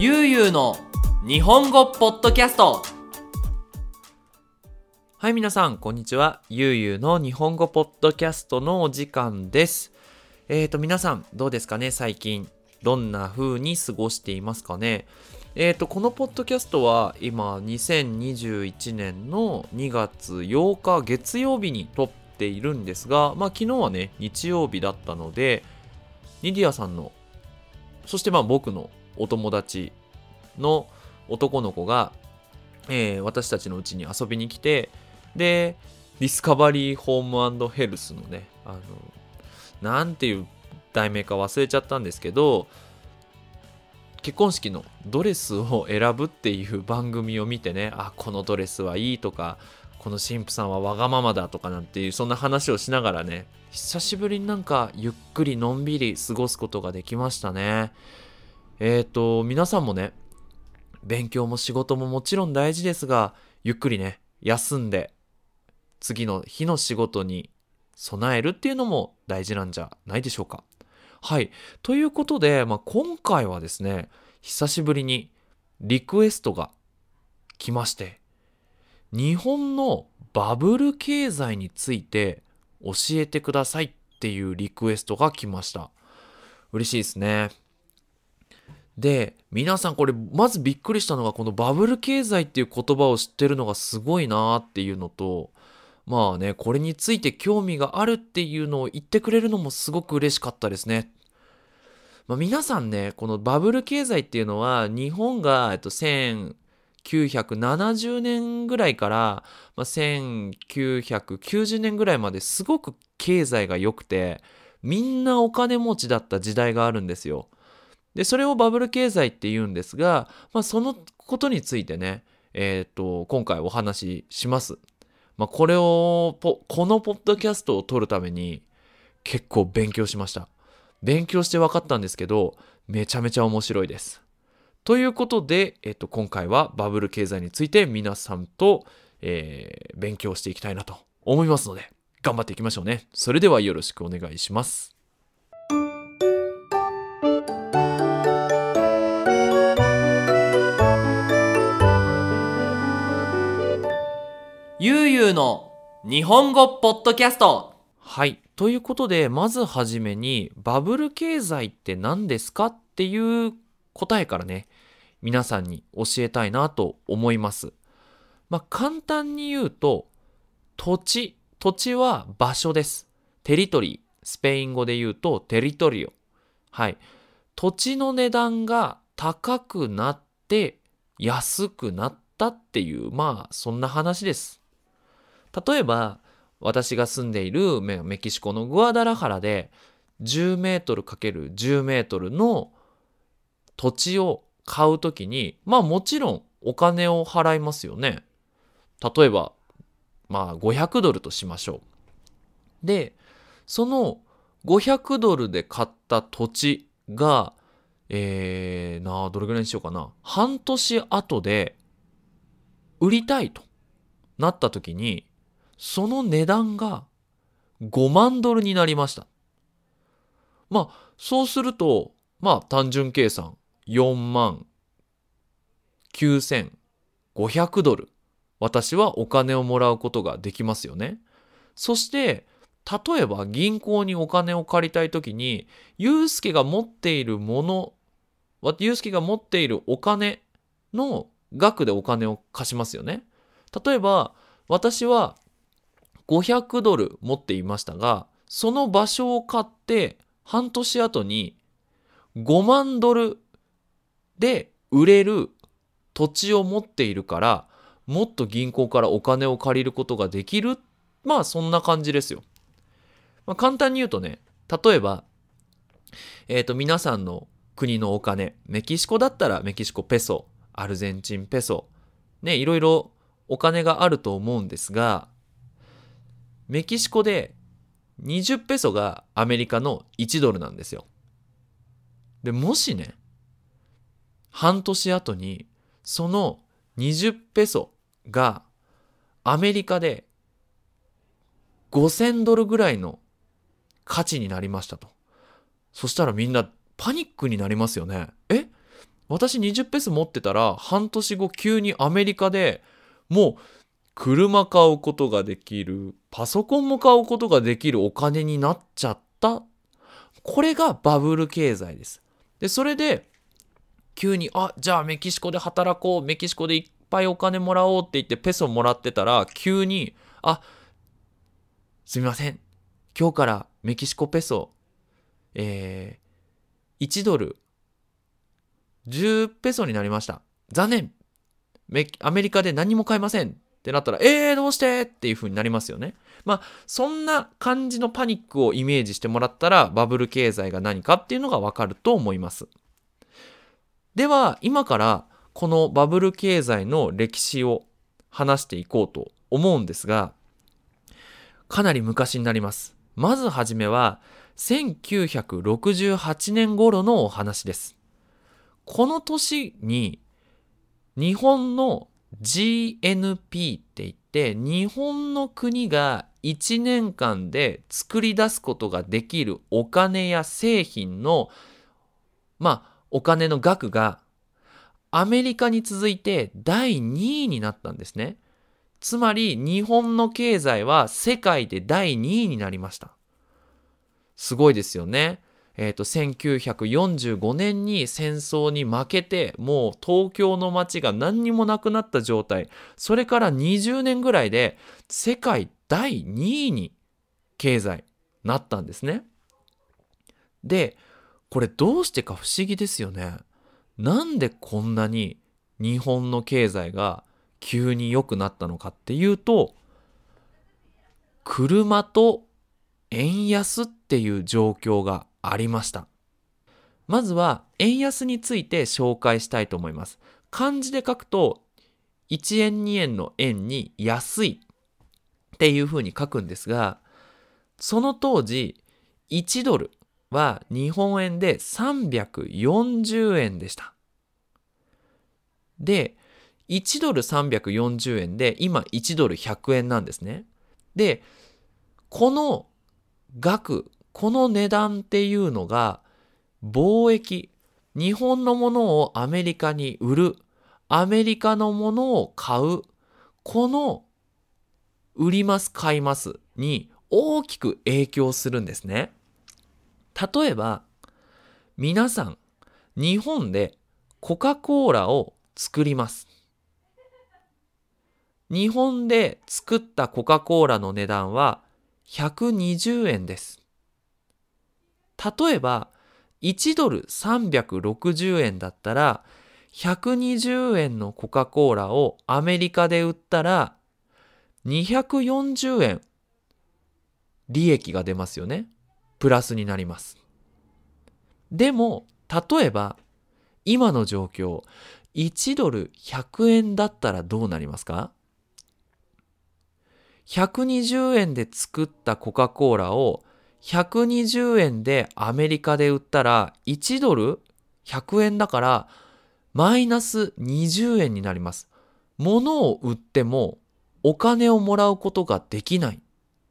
ゆうゆうの日本語ポッドキャスト。はい、皆さんこんにちは。ゆうゆうの日本語ポッドキャストのお時間です。皆さんどうですかね。最近どんな風に過ごしていますかね。このポッドキャストは今2021年の2月8日月曜日に撮っているんですが、昨日はね日曜日だったので、ニディアさんのそして僕のお友達の男の子が、私たちのうちに遊びに来て、でディスカバリーホーム&ヘルスのね、なんていう題名か忘れちゃったんですけど、結婚式のドレスを選ぶっていう番組を見てね、このドレスはいいとか、この神父さんはわがままだとかなんていう、そんな話をしながらね、久しぶりにゆっくりのんびり過ごすことができましたね。皆さんもね、勉強も仕事ももちろん大事ですが、ゆっくりね休んで次の日の仕事に備えるっていうのも大事なんじゃないでしょうか。はい、ということで、今回はですね、久しぶりにリクエストが来まして、日本のバブル経済について教えてくださいっていうリクエストが来ました。嬉しいですね。で、皆さんこれまずびっくりしたのが、このバブル経済っていう言葉を知ってるのがすごいなっていうのと、これについて興味があるっていうのを言ってくれるのもすごく嬉しかったですね。皆さんね、このバブル経済っていうのは日本が1970年ぐらいから、1990年ぐらいまですごく経済が良くて、みんなお金持ちだった時代があるんですよ。で、それをバブル経済って言うんですが、そのことについてね、今回お話しします。このポッドキャストを撮るために結構勉強しました。勉強して分かったんですけど、めちゃめちゃ面白いです。ということで、今回はバブル経済について皆さんと、勉強していきたいなと思いますので、頑張っていきましょうね。それではよろしくお願いします。ゆうゆうの日本語ポッドキャスト。はい。ということで、まずはじめに、バブル経済って何ですかっていう答えからね、皆さんに教えたいなと思います。簡単に言うと、土地は場所です。テリトリー。スペイン語で言うと、テリトリオ。はい。土地の値段が高くなって安くなったっていう、そんな話です。例えば私が住んでいるメキシコのグアダラハラで10メートル ×10 メートルの土地を買うときに、もちろんお金を払いますよね。例えば500ドルとしましょう。で、その500ドルで買った土地がどれぐらいにしようかな、半年後で売りたいとなったときに、その値段が5万ドルになりました。そうすると、単純計算4万9500ドル、私はお金をもらうことができますよね。そして、例えば銀行にお金を借りたいときに、ユウスケが持っているお金の額でお金を貸しますよね。例えば、私は500ドル持っていましたが、その場所を買って半年後に5万ドルで売れる土地を持っているから、もっと銀行からお金を借りることができる。そんな感じですよ。簡単に言うとね、例えば、皆さんの国のお金、メキシコだったらメキシコペソ、アルゼンチンペソ、ね、いろいろお金があると思うんですが、メキシコで20ペソがアメリカの1ドルなんですよ。で、もしね、半年後にその20ペソがアメリカで5000ドルぐらいの価値になりましたと。そしたらみんなパニックになりますよね。 私20ペソ持ってたら半年後急にアメリカでもう車買うことができる、パソコンも買うことができるお金になっちゃった。これがバブル経済です。で、それで急にじゃあメキシコで働こう、メキシコでいっぱいお金もらおうって言ってペソもらってたら急にすみません、今日からメキシコペソ、1ドル10ペソになりました。残念、アメリカで何も買えませんってなったら、どうしてっていう風になりますよね。そんな感じのパニックをイメージしてもらったら、バブル経済が何かっていうのがわかると思います。では、今からこのバブル経済の歴史を話していこうと思うんですが、かなり昔になります。まずはじめは、1968年頃のお話です。この年に日本の GNP って言って日本の国が1年間で作り出すことができるお金や製品のお金の額がアメリカに続いて第2位になったんですね。つまり日本の経済は世界で第2位になりました。すごいですよね。1945年に戦争に負けて、もう東京の街が何にもなくなった状態。それから20年ぐらいで世界第2位に経済なったんですね。で、これどうしてか不思議ですよね。なんでこんなに日本の経済が急に良くなったのかっていうと、車と円安っていう状況がありました。まずは円安について紹介したいと思います。漢字で書くと1円2円の円に安いっていう風に書くんですが、その当時1ドルは日本円で340円でした。で、1ドル340円で今1ドル100円なんですね。で、この額、この値段っていうのが貿易、日本のものをアメリカに売る、アメリカのものを買う、この売ります買いますに大きく影響するんですね。例えば皆さん日本でコカ・コーラを作ります。日本で作ったコカ・コーラの値段は120円です。例えば1ドル360円だったら120円のコカ・コーラをアメリカで売ったら240円利益が出ますよね。プラスになります。でも例えば今の状況1ドル100円だったらどうなりますか？120円で作ったコカ・コーラを120円でアメリカで売ったら1ドル100円だからマイナス20円になります。物を売ってもお金をもらうことができない。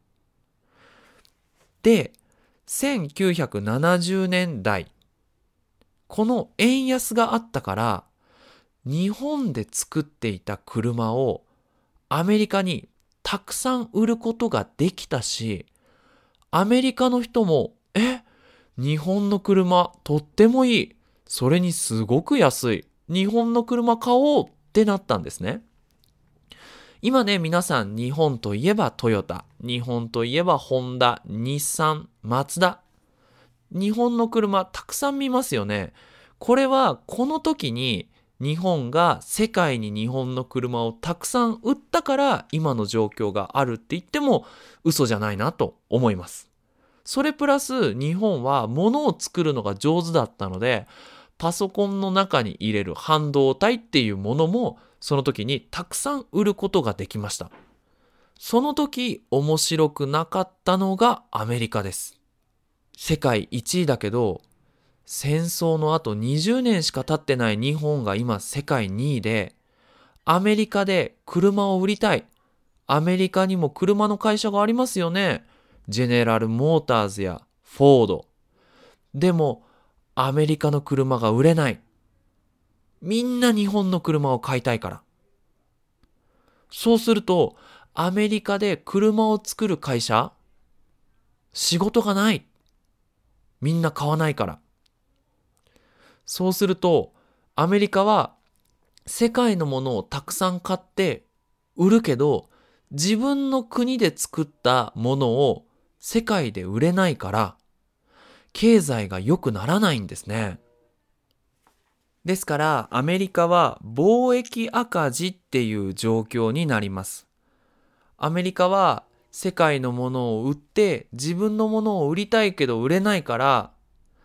で、1970年代、この円安があったから日本で作っていた車をアメリカにたくさん売ることができたし、アメリカの人も日本の車とってもいい、それにすごく安い、日本の車買おうってなったんですね。今ね、皆さん日本といえばトヨタ、日本といえばホンダ、日産、マツダ、日本の車たくさん見ますよね。これはこの時に日本が世界に日本の車をたくさん売ったから今の状況があるって言っても嘘じゃないなと思います。それプラス日本は物を作るのが上手だったので、パソコンの中に入れる半導体っていうものもその時にたくさん売ることができました。その時面白くなかったのがアメリカです。世界1位だけど戦争の後20年しか経ってない日本が今世界2位で、アメリカで車を売りたい。アメリカにも車の会社がありますよね。ジェネラルモーターズやフォード。でもアメリカの車が売れない。 みんな日本の車を買いたいから。そうすると、アメリカで車を作る会社、仕事がない。みんな買わないから。そうすると、アメリカは世界のものをたくさん買って売るけど、自分の国で作ったものを世界で売れないから、経済が良くならないんですね。ですから、アメリカは貿易赤字っていう状況になります。アメリカは世界のものを売って自分のものを売りたいけど売れないから、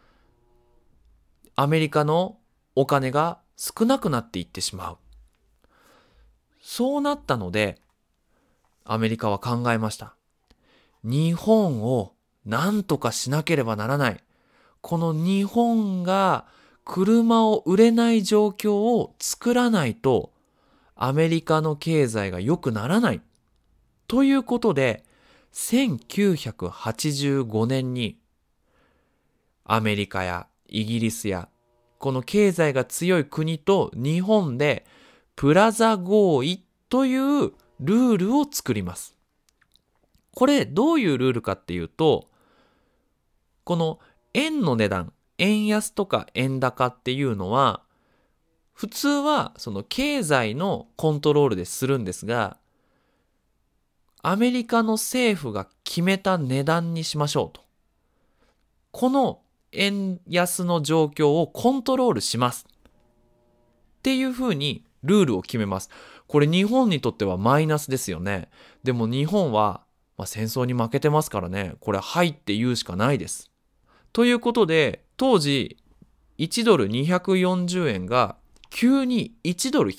アメリカのお金が少なくなっていってしまう。そうなったので、アメリカは考えました。日本を何とかしなければならない。この日本が車を売れない状況を作らないと、アメリカの経済が良くならない。ということで、1985年にアメリカやイギリスやこの経済が強い国と日本でプラザ合意というルールを作ります。これどういうルールかっていうと、この円の値段、円安とか円高っていうのは、普通はその経済のコントロールでするんですが、アメリカの政府が決めた値段にしましょうと。この円安の状況をコントロールしますっていうふうにルールを決めます。これ日本にとってはマイナスですよね。でも日本は、戦争に負けてますからね、これはいって言うしかないです。ということで、当時1ドル240円が急に1ドル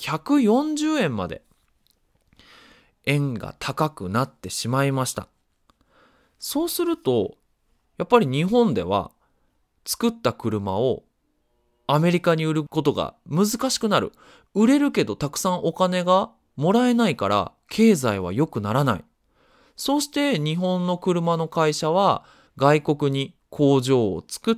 140円まで円が高くなってしまいました。そうすると、やっぱり日本では作った車をアメリカに売ることが難しくなる。売れるけどたくさんお金がもらえないから経済は良くならない。そして日本の車の会社は外国に工場を作って、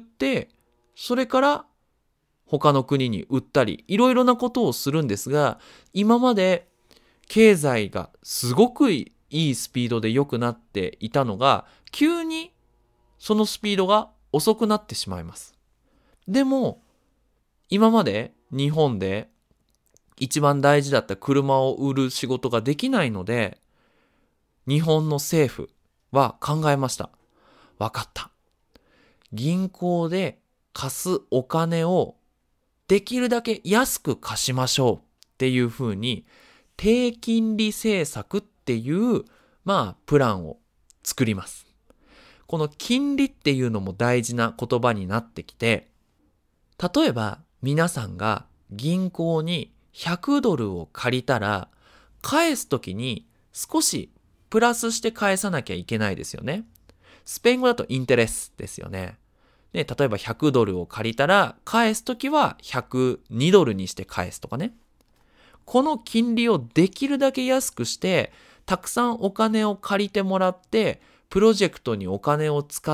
それから他の国に売ったり、いろいろなことをするんですが、今まで経済がすごくいいスピードで良くなっていたのが、急にそのスピードが遅くなってしまいます。でも、今まで日本で一番大事だった車を売る仕事ができないので、日本の政府は考えました。わかった。銀行で貸すお金をできるだけ安く貸しましょうっていうふうに、低金利政策っていうプランを作ります。この金利っていうのも大事な言葉になってきて、例えば皆さんが銀行に100ドルを借りたら、返すときに少しプラスして返さなきゃいけないですよね。スペイン語だとインテレスですよね。例えば100ドルを借りたら、返すときは102ドルにして返すとかね。この金利をできるだけ安くして、たくさんお金を借りてもらって、プロジェクトにお金を使って、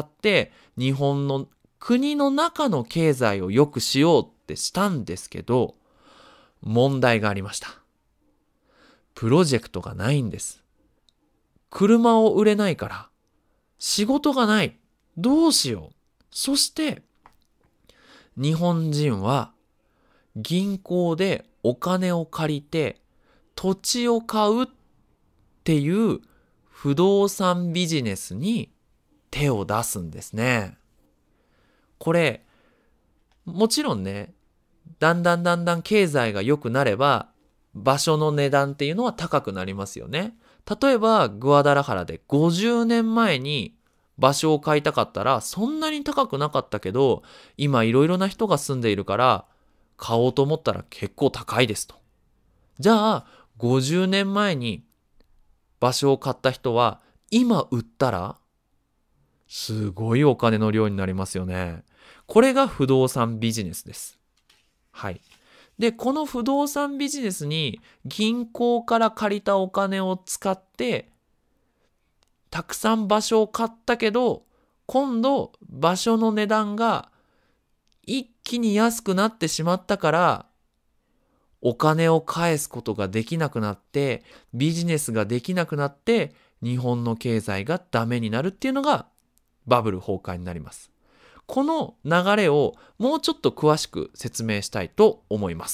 日本の国の中の経済を良くしようってしたんですけど、問題がありました。プロジェクトがないんです。車を売れないから、仕事がない。どうしよう。そして、日本人は銀行でお金を借りて土地を買うっていう不動産ビジネスに手を出すんですね。これ、もちろんね、だんだん経済が良くなれば場所の値段っていうのは高くなりますよね。例えばグアダラハラで50年前に場所を買いたかったらそんなに高くなかったけど、今いろいろな人が住んでいるから買おうと思ったら結構高いですと。じゃあ50年前に場所を買った人は今売ったらすごいお金の量になりますよね。これが不動産ビジネスです。はい。で、この不動産ビジネスに銀行から借りたお金を使ってたくさん場所を買ったけど、今度場所の値段が一気に安くなってしまったから、 お金を返すことができなくなって、ビジネスができなくなって、日本の経済がダメになるっていうのがバブル崩壊になります。この流れをもうちょっと詳しく説明したいと思います。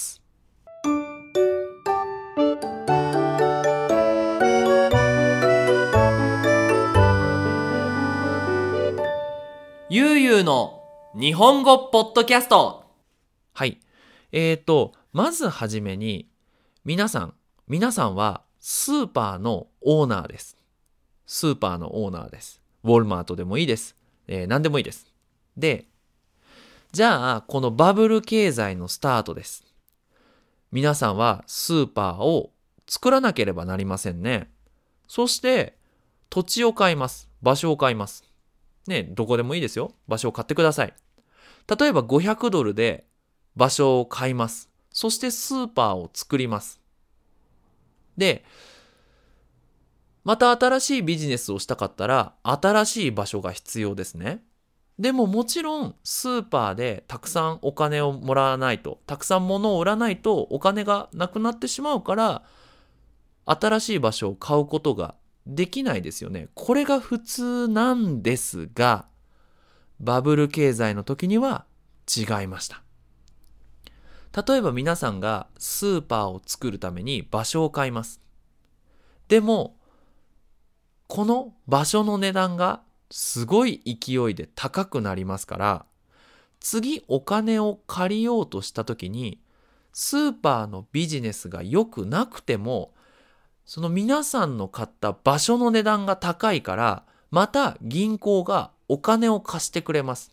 ゆうゆうの日本語ポッドキャスト。はい。まずはじめに、皆さんはスーパーのオーナーです。スーパーのオーナーです。ウォルマートでもいいです。何でもいいです。で、じゃあ、このバブル経済のスタートです。皆さんはスーパーを作らなければなりませんね。そして、土地を買います。場所を買います。ね、どこでもいいですよ。場所を買ってください。例えば500ドルで場所を買います。そしてスーパーを作ります。で、また新しいビジネスをしたかったら、新しい場所が必要ですね。でももちろん、スーパーでたくさんお金をもらわないと、たくさん物を売らないとお金がなくなってしまうから、新しい場所を買うことができないですよね。これが普通なんですが、バブル経済の時には違いました。例えば皆さんがスーパーを作るために場所を買います。でも、この場所の値段がすごい勢いで高くなりますから、次お金を借りようとした時に、スーパーのビジネスが良くなくても、その皆さんの買った場所の値段が高いから、また銀行がお金を貸してくれます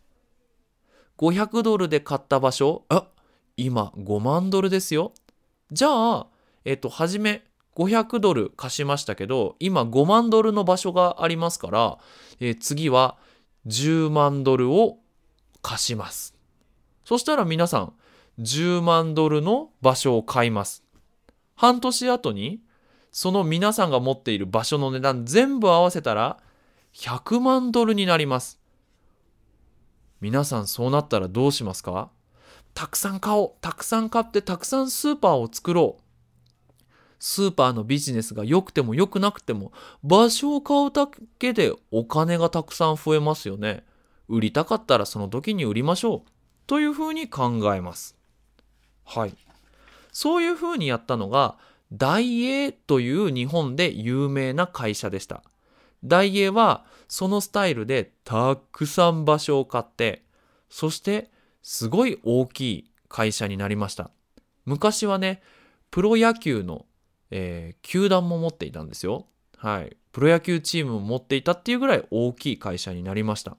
。500ドルで買った場所、今5万ドルですよ。じゃあ、はじめ500ドル貸しましたけど、今5万ドルの場所がありますから、次は10万ドルを貸します。そしたら皆さん、10万ドルの場所を買います。半年後に、その皆さんが持っている場所の値段全部合わせたら、100万ドルになります。皆さんそうなったらどうしますか？たくさん買おう。たくさん買ってたくさんスーパーを作ろう。スーパーのビジネスが良くても良くなくても、場所を買うだけでお金がたくさん増えますよね。売りたかったらその時に売りましょう。というふうに考えます。はい。そういうふうにやったのが、ダイエーという日本で有名な会社でした。ダイエーはそのスタイルでたくさん場所を買って、そしてすごい大きい会社になりました。昔はね、プロ野球の、球団も持っていたんですよ。はい。プロ野球チームも持っていたっていうぐらい大きい会社になりました。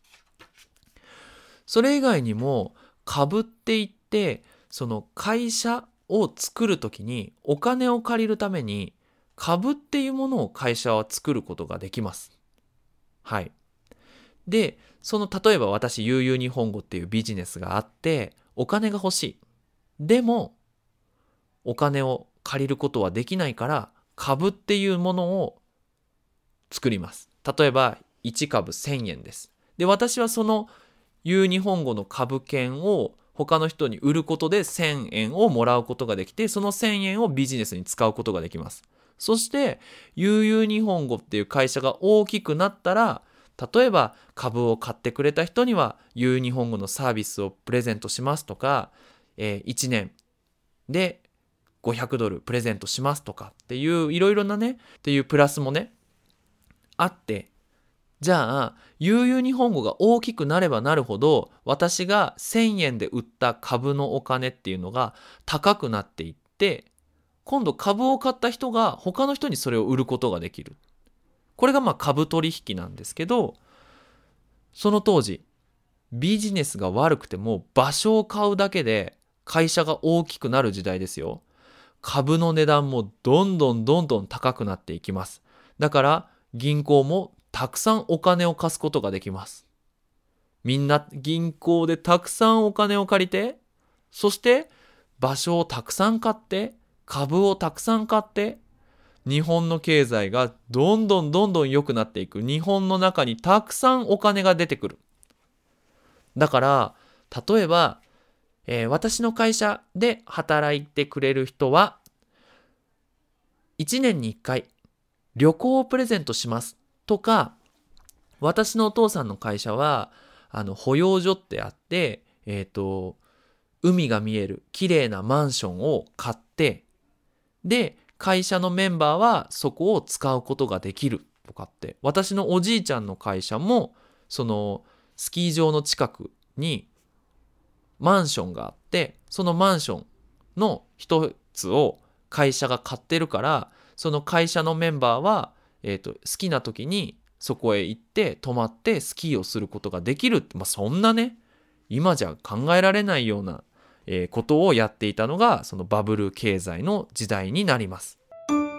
それ以外にも株って言って、その会社を作るときにお金を借りるために株っていうものを会社は作ることができます。はい。で、例えば私、悠々日本語っていうビジネスがあって、お金が欲しい。でも、お金を借りることはできないから、株っていうものを作ります。例えば、1株1000円です。で、私はその悠々日本語の株券を他の人に売ることで1000円をもらうことができて、その1000円をビジネスに使うことができます。そして、悠々日本語っていう会社が大きくなったら、例えば株を買ってくれた人には悠々日本語のサービスをプレゼントしますとか、1年で500ドルプレゼントしますとかっていういろいろなね、っていうプラスもね、あって、じゃあ、悠々日本語が大きくなればなるほど、私が1000円で売った株のお金っていうのが高くなっていって、今度株を買った人が他の人にそれを売ることができる。これが株取引なんですけど、その当時、ビジネスが悪くても場所を買うだけで会社が大きくなる時代ですよ。株の値段もどんどん高くなっていきます。だから銀行もたくさんお金を貸すことができます。みんな銀行でたくさんお金を借りて、そして場所をたくさん買って、株をたくさん買って、日本の経済がどんどん良くなっていく。日本の中にたくさんお金が出てくる。だから、例えば、 私の会社で働いてくれる人は、1年に1回旅行をプレゼントしますとか、私のお父さんの会社は、保養所ってあって、海が見える綺麗なマンションを買って、で、会社のメンバーはそこを使うことができるとかって、私のおじいちゃんの会社も、そのスキー場の近くにマンションがあって、そのマンションの一つを会社が買ってるから、その会社のメンバーは、好きな時にそこへ行って泊まってスキーをすることができるって、そんなね、今じゃ考えられないような、ことをやっていたのが、そのバブル経済の時代になります。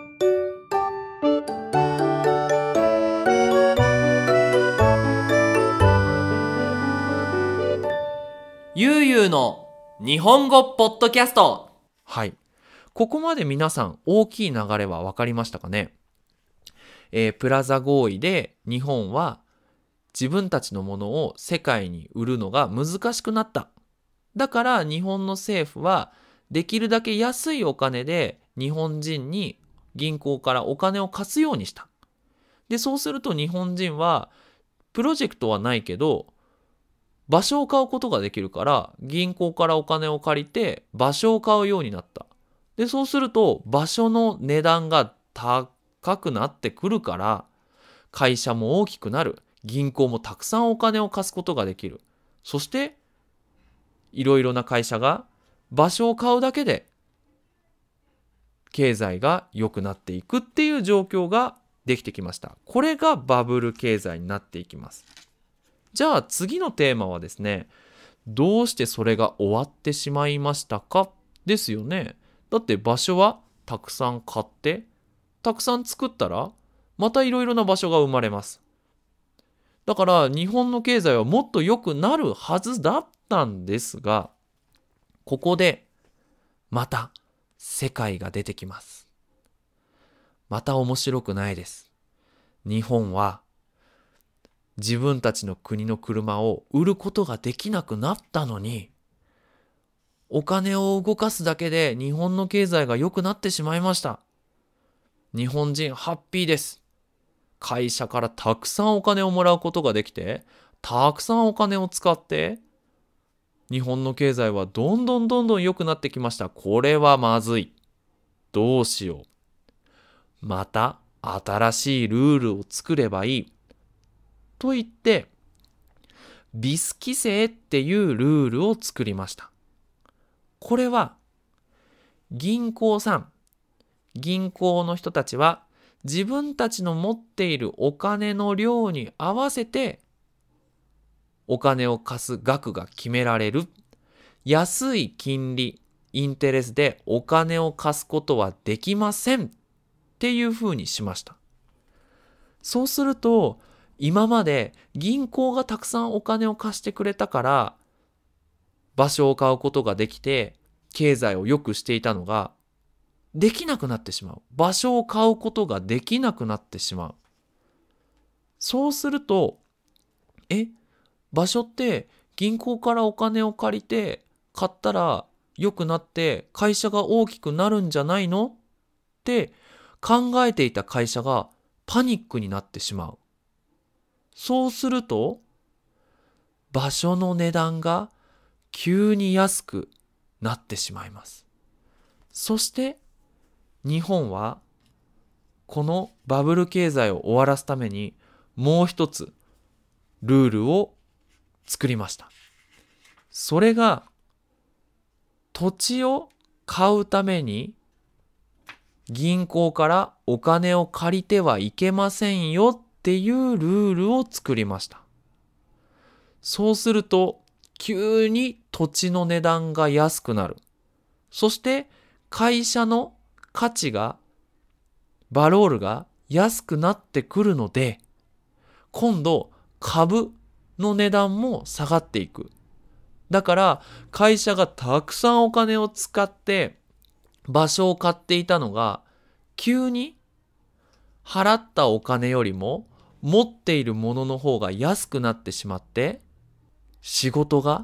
ゆうゆうの日本語ポッドキャスト。はい。ここまで皆さん大きい流れは分かりましたかね。プラザ合意で日本は自分たちのものを世界に売るのが難しくなった。だから日本の政府はできるだけ安いお金で日本人に銀行からお金を貸すようにした。で、そうすると日本人はプロジェクトはないけど場所を買うことができるから銀行からお金を借りて場所を買うようになった。で、そうすると場所の値段が高くなってくるから会社も大きくなる。銀行もたくさんお金を貸すことができる。そしていろいろな会社が場所を買うだけで経済が良くなっていくっていう状況ができてきました。これがバブル経済になっていきます。じゃあ次のテーマはですね、どうしてそれが終わってしまいましたかですよね。だって場所はたくさん買ってたくさん作ったらまたいろいろな場所が生まれます。だから日本の経済はもっと良くなるはずだったんですが、ここでまた世界が出てきます。また面白くないです。日本は自分たちの国の車を売ることができなくなったのに、お金を動かすだけで日本の経済が良くなってしまいました。日本人ハッピーです。会社からたくさんお金をもらうことができて、たくさんお金を使って、日本の経済はどんどん良くなってきました。これはまずい。どうしよう。また新しいルールを作ればいい。と言って、ビス規制っていうルールを作りました。これは銀行の人たちは自分たちの持っているお金の量に合わせてお金を貸す額が決められる。安い金利、インテレスでお金を貸すことはできませんっていうふうにしました。そうすると今まで銀行がたくさんお金を貸してくれたから場所を買うことができて経済を良くしていたのができなくなってしまう。場所を買うことができなくなってしまう。そうすると、場所って銀行からお金を借りて買ったら良くなって会社が大きくなるんじゃないのって考えていた会社がパニックになってしまう。そうすると場所の値段が急に安くなってしまいます。そして日本はこのバブル経済を終わらすためにもう一つルールを作りました。それが土地を買うために銀行からお金を借りてはいけませんよっていうルールを作りました。そうすると急に土地の値段が安くなる。そして会社の価値がバロールが安くなってくるので今度株の値段も下がっていく。だから会社がたくさんお金を使って場所を買っていたのが急に払ったお金よりも持っているものの方が安くなってしまって仕事が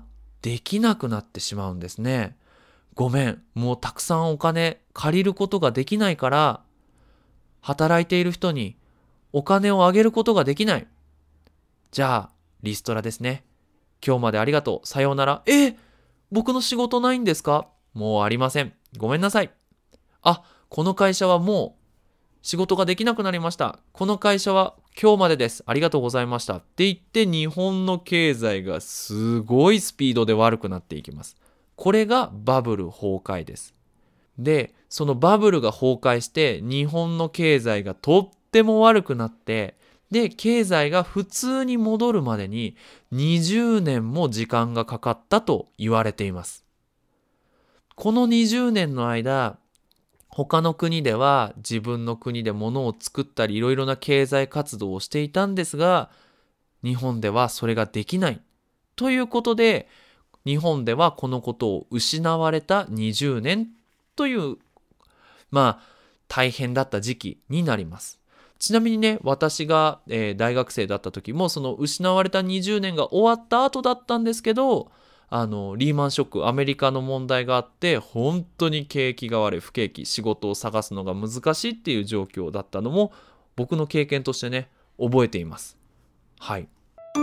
できなくなってしまうんですね。ごめん、もうたくさんお金借りることができないから、働いている人にお金をあげることができない。じゃあ、リストラですね。今日までありがとう。さようなら。僕の仕事ないんですか？もうありません。ごめんなさい。この会社はもう仕事ができなくなりました。この会社は今日までです。ありがとうございました。って言って日本の経済がすごいスピードで悪くなっていきます。これがバブル崩壊です。で、そのバブルが崩壊して日本の経済がとっても悪くなって、で、経済が普通に戻るまでに20年も時間がかかったと言われています。この20年の間、他の国では自分の国で物を作ったりいろいろな経済活動をしていたんですが、日本ではそれができない。ということで、日本ではこのことを失われた20年という、大変だった時期になります。ちなみにね、私が、大学生だった時も、その失われた20年が終わった後だったんですけど、リーマンショック、アメリカの問題があって、本当に景気が悪い、不景気、仕事を探すのが難しいっていう状況だったのも、僕の経験としてね、覚えています。はい。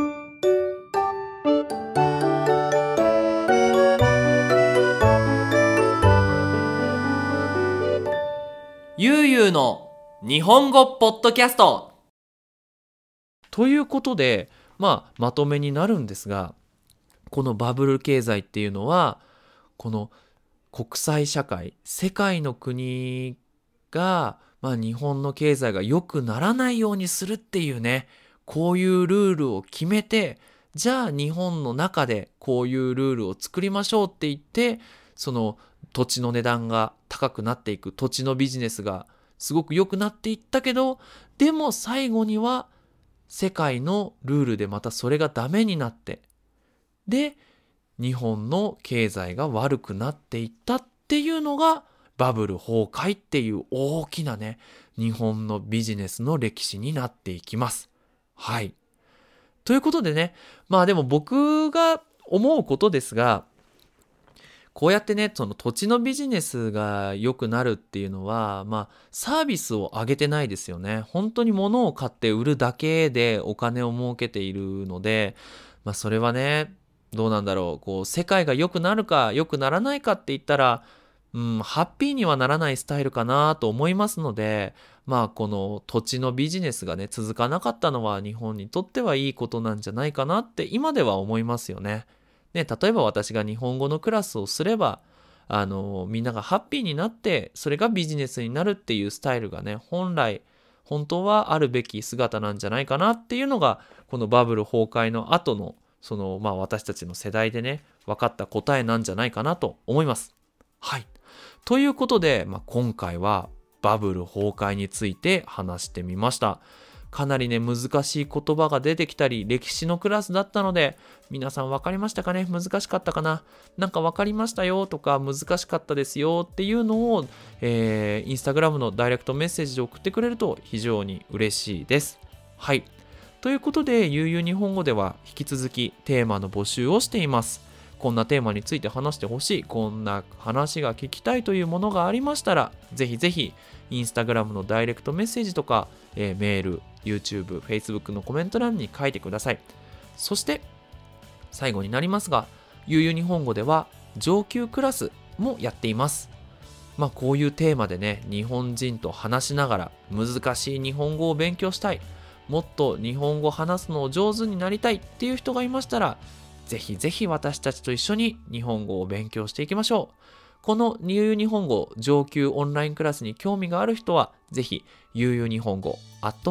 ゆうゆうの日本語ポッドキャストということで、まとめになるんですが、このバブル経済っていうのは、この国際社会、世界の国が、日本の経済が良くならないようにするっていうね、こういうルールを決めて、じゃあ日本の中でこういうルールを作りましょうって言って、その土地の値段が高くなっていく、土地のビジネスがすごく良くなっていったけど、でも最後には世界のルールでまたそれがダメになって、で、日本の経済が悪くなっていったっていうのがバブル崩壊っていう大きなね、日本のビジネスの歴史になっていきます。はい。ということでね、でも僕が思うことですが、こうやってね、その土地のビジネスが良くなるっていうのは、サービスを上げてないですよね。本当に物を買って売るだけでお金を儲けているので、それはね、どうなんだろう。こう、世界が良くなるか良くならないかって言ったら、ハッピーにはならないスタイルかなと思いますので、この土地のビジネスがね、続かなかったのは日本にとってはいいことなんじゃないかなって今では思いますよね。ね、例えば私が日本語のクラスをすれば、みんながハッピーになって、それがビジネスになるっていうスタイルがね、本当はあるべき姿なんじゃないかなっていうのが、このバブル崩壊の後の、私たちの世代でね、分かった答えなんじゃないかなと思います。はい。ということで、今回はバブル崩壊について話してみました。かなりね、難しい言葉が出てきたり、歴史のクラスだったので、皆さん分かりましたかね？難しかったかな？なんか分かりましたよとか、難しかったですよっていうのを、インスタグラムのダイレクトメッセージで送ってくれると非常に嬉しいです。はい。ということで、ゆうゆう日本語では引き続きテーマの募集をしています。こんなテーマについて話してほしい、こんな話が聞きたいというものがありましたら、ぜひぜひ、インスタグラムのダイレクトメッセージとか、メール、YouTube、Facebook のコメント欄に書いてください。そして、最後になりますが、ゆうゆう日本語では上級クラスもやっています。こういうテーマでね、日本人と話しながら難しい日本語を勉強したい、もっと日本語話すのを上手になりたいっていう人がいましたら、ぜひぜひ私たちと一緒に日本語を勉強していきましょう。このゆうゆう日本語上級オンラインクラスに興味がある人は、ぜひゆうゆう日本語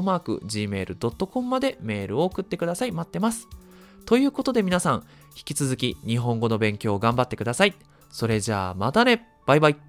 @gmail.com までメールを送ってください。待ってます。ということで皆さん、引き続き日本語の勉強を頑張ってください。それじゃあまたね。バイバイ。